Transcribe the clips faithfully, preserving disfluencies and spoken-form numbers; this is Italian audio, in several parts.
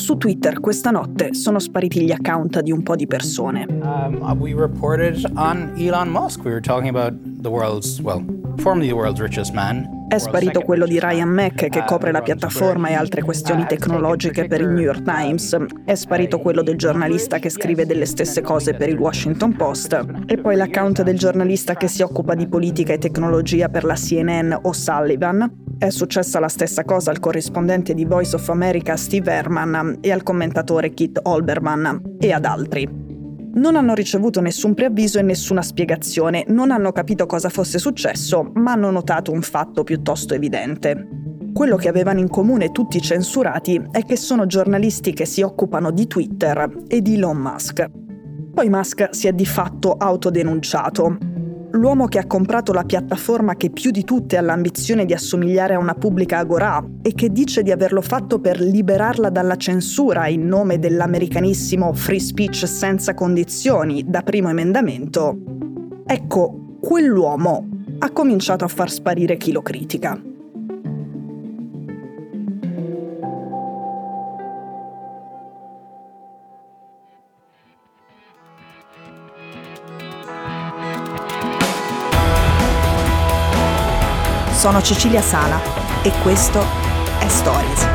su Twitter questa notte sono spariti gli account di un po' di persone. Um, we reported on Elon Musk. We were talking about the world's, well, formerly the world's richest man. È sparito quello di Ryan Mac, che copre la piattaforma e altre questioni tecnologiche per il New York Times. È sparito quello del giornalista che scrive delle stesse cose per il Washington Post. E poi l'account del giornalista che si occupa di politica e tecnologia per la C N N, O'Sullivan. È successa la stessa cosa al corrispondente di Voice of America Steve Herman e al commentatore Keith Olbermann e ad altri. Non hanno ricevuto nessun preavviso e nessuna spiegazione, non hanno capito cosa fosse successo, ma hanno notato un fatto piuttosto evidente. Quello che avevano in comune tutti i censurati è che sono giornalisti che si occupano di Twitter e di Elon Musk. Poi Musk si è di fatto autodenunciato. L'uomo che ha comprato la piattaforma che più di tutte ha l'ambizione di assomigliare a una pubblica agorà e che dice di averlo fatto per liberarla dalla censura in nome dell'americanissimo free speech senza condizioni da primo emendamento, ecco, quell'uomo ha cominciato a far sparire chi lo critica. Sono Cecilia Sala e questo è Stories.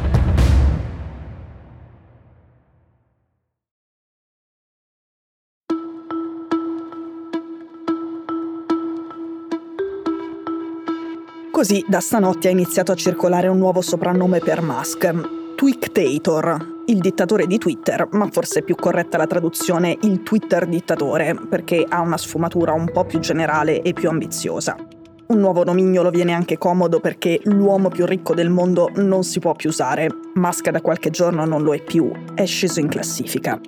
Così da stanotte ha iniziato a circolare un nuovo soprannome per Musk, Twictator, il dittatore di Twitter, ma forse è più corretta la traduzione il Twitter dittatore, perché ha una sfumatura un po' più generale e più ambiziosa. Un nuovo nomignolo viene anche comodo perché l'uomo più ricco del mondo non si può più usare. Musk da qualche giorno non lo è più, è sceso in classifica.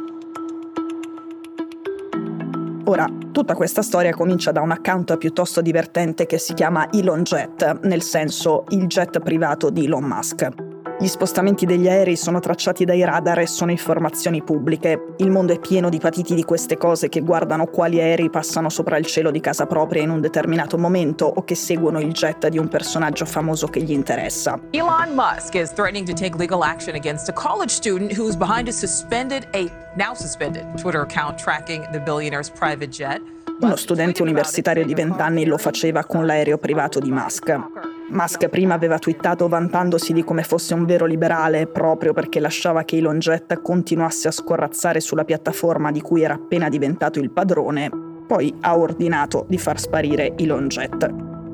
Ora, tutta questa storia comincia da un account piuttosto divertente che si chiama Elon Jet, nel senso il jet privato di Elon Musk. Gli spostamenti degli aerei sono tracciati dai radar e sono informazioni pubbliche. Il mondo è pieno di patiti di queste cose che guardano quali aerei passano sopra il cielo di casa propria in un determinato momento o che seguono il jet di un personaggio famoso che gli interessa. Elon Musk is threatening to take legal action against a college student who's behind a suspended, a now suspended, Twitter account tracking the billionaire's private jet. Uno studente universitario di venti anni lo faceva con l'aereo privato di Musk. Musk prima aveva twittato vantandosi di come fosse un vero liberale proprio perché lasciava che Elon Jet continuasse a scorrazzare sulla piattaforma di cui era appena diventato il padrone, poi ha ordinato di far sparire Elon Jet.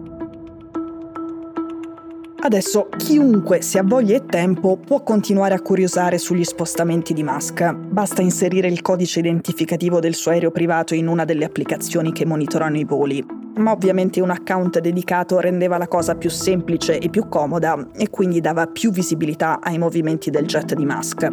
Adesso chiunque, se ha voglia e tempo, può continuare a curiosare sugli spostamenti di Musk. Basta inserire il codice identificativo del suo aereo privato in una delle applicazioni che monitorano i voli. Ma ovviamente un account dedicato rendeva la cosa più semplice e più comoda e quindi dava più visibilità ai movimenti del jet di Musk.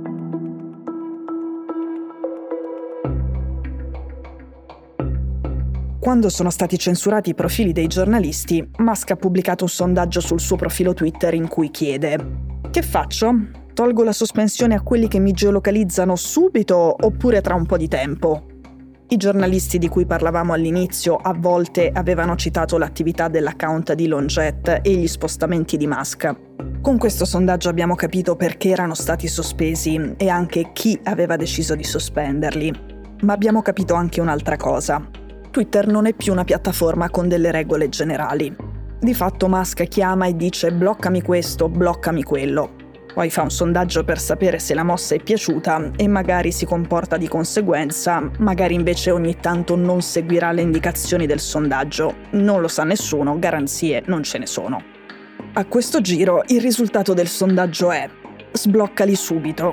Quando sono stati censurati i profili dei giornalisti, Musk ha pubblicato un sondaggio sul suo profilo Twitter in cui chiede: che faccio? Tolgo la sospensione a quelli che mi geolocalizzano subito oppure tra un po' di tempo? I giornalisti di cui parlavamo all'inizio a volte avevano citato l'attività dell'account di Elon Jet e gli spostamenti di Musk. Con questo sondaggio abbiamo capito perché erano stati sospesi e anche chi aveva deciso di sospenderli. Ma abbiamo capito anche un'altra cosa. Twitter non è più una piattaforma con delle regole generali. Di fatto Musk chiama e dice bloccami questo, bloccami quello. Poi fa un sondaggio per sapere se la mossa è piaciuta e magari si comporta di conseguenza, magari invece ogni tanto non seguirà le indicazioni del sondaggio. Non lo sa nessuno, garanzie non ce ne sono. A questo giro il risultato del sondaggio è: sbloccali subito.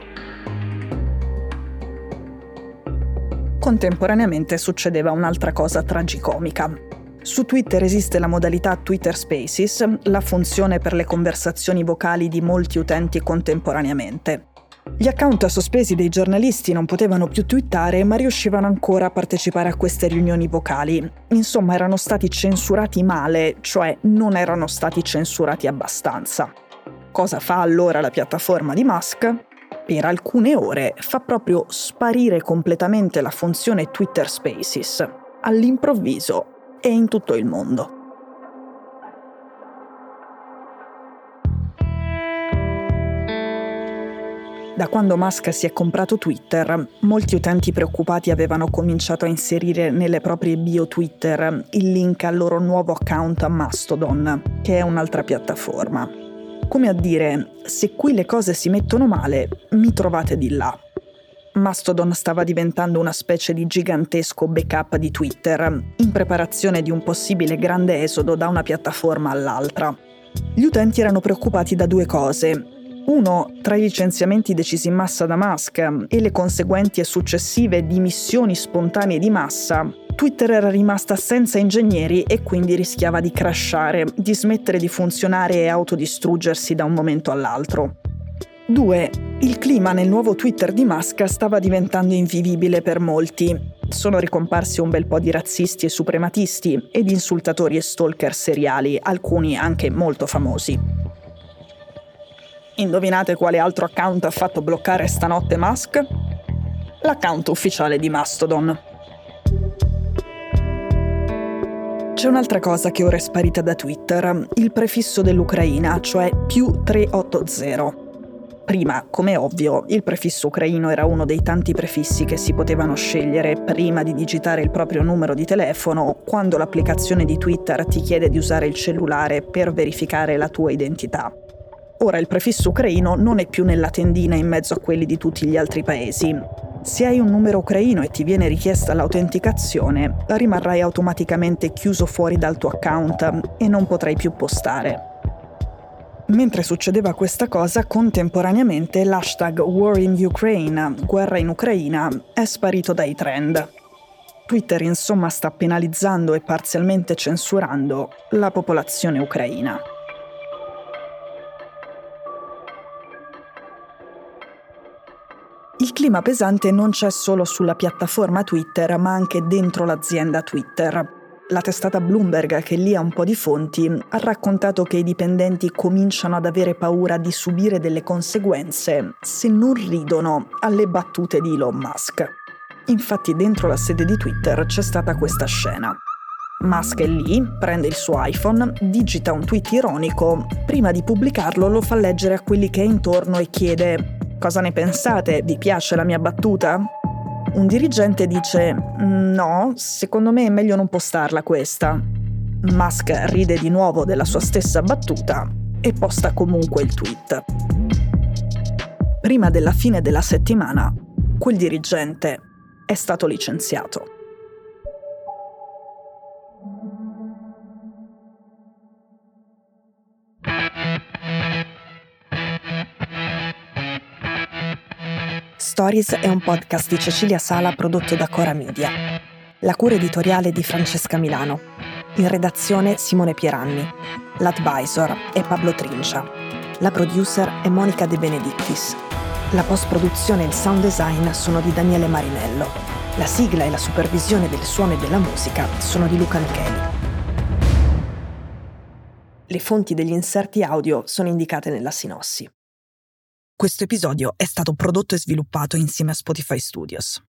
Contemporaneamente succedeva un'altra cosa tragicomica. Su Twitter esiste la modalità Twitter Spaces, la funzione per le conversazioni vocali di molti utenti contemporaneamente. Gli account sospesi dei giornalisti non potevano più twittare, ma riuscivano ancora a partecipare a queste riunioni vocali. Insomma, erano stati censurati male, cioè non erano stati censurati abbastanza. Cosa fa allora la piattaforma di Musk? Per alcune ore fa proprio sparire completamente la funzione Twitter Spaces, all'improvviso e in tutto il mondo. Da quando Musk si è comprato Twitter, molti utenti preoccupati avevano cominciato a inserire nelle proprie bio Twitter il link al loro nuovo account a Mastodon, che è un'altra piattaforma. Come a dire, se qui le cose si mettono male, mi trovate di là. Mastodon stava diventando una specie di gigantesco backup di Twitter, in preparazione di un possibile grande esodo da una piattaforma all'altra. Gli utenti erano preoccupati da due cose. Uno, tra i licenziamenti decisi in massa da Musk e le conseguenti e successive dimissioni spontanee di massa, Twitter era rimasta senza ingegneri e quindi rischiava di crashare, di smettere di funzionare e autodistruggersi da un momento all'altro. Due, il clima nel nuovo Twitter di Musk stava diventando invivibile per molti. Sono ricomparsi un bel po' di razzisti e suprematisti ed insultatori e stalker seriali, alcuni anche molto famosi. Indovinate quale altro account ha fatto bloccare stanotte Musk? L'account ufficiale di Mastodon. C'è un'altra cosa che ora è sparita da Twitter, il prefisso dell'Ucraina, cioè più trecentottanta. Prima, come ovvio, il prefisso ucraino era uno dei tanti prefissi che si potevano scegliere prima di digitare il proprio numero di telefono quando l'applicazione di Twitter ti chiede di usare il cellulare per verificare la tua identità. Ora il prefisso ucraino non è più nella tendina in mezzo a quelli di tutti gli altri paesi. Se hai un numero ucraino e ti viene richiesta l'autenticazione, rimarrai automaticamente chiuso fuori dal tuo account e non potrai più postare. Mentre succedeva questa cosa, contemporaneamente l'hashtag War in Ukraine, guerra in Ucraina, è sparito dai trend. Twitter insomma sta penalizzando e parzialmente censurando la popolazione ucraina. Il clima pesante non c'è solo sulla piattaforma Twitter, ma anche dentro l'azienda Twitter. La testata Bloomberg, che lì ha un po' di fonti, ha raccontato che i dipendenti cominciano ad avere paura di subire delle conseguenze se non ridono alle battute di Elon Musk. Infatti dentro la sede di Twitter c'è stata questa scena. Musk è lì, prende il suo iPhone, digita un tweet ironico, prima di pubblicarlo lo fa leggere a quelli che è intorno e chiede: «Cosa ne pensate? Vi piace la mia battuta?» Un dirigente dice: «No, secondo me è meglio non postarla questa». Musk ride di nuovo della sua stessa battuta e posta comunque il tweet. Prima della fine della settimana, quel dirigente è stato licenziato. Stories è un podcast di Cecilia Sala prodotto da Cora Media. La cura editoriale di Francesca Milano. In redazione Simone Pieranni. L'advisor è Pablo Trincia. La producer è Monica De Benedictis. La post-produzione e il sound design sono di Daniele Marinello. La sigla e la supervisione del suono e della musica sono di Luca Micheli. Le fonti degli inserti audio sono indicate nella sinossi. Questo episodio è stato prodotto e sviluppato insieme a Spotify Studios.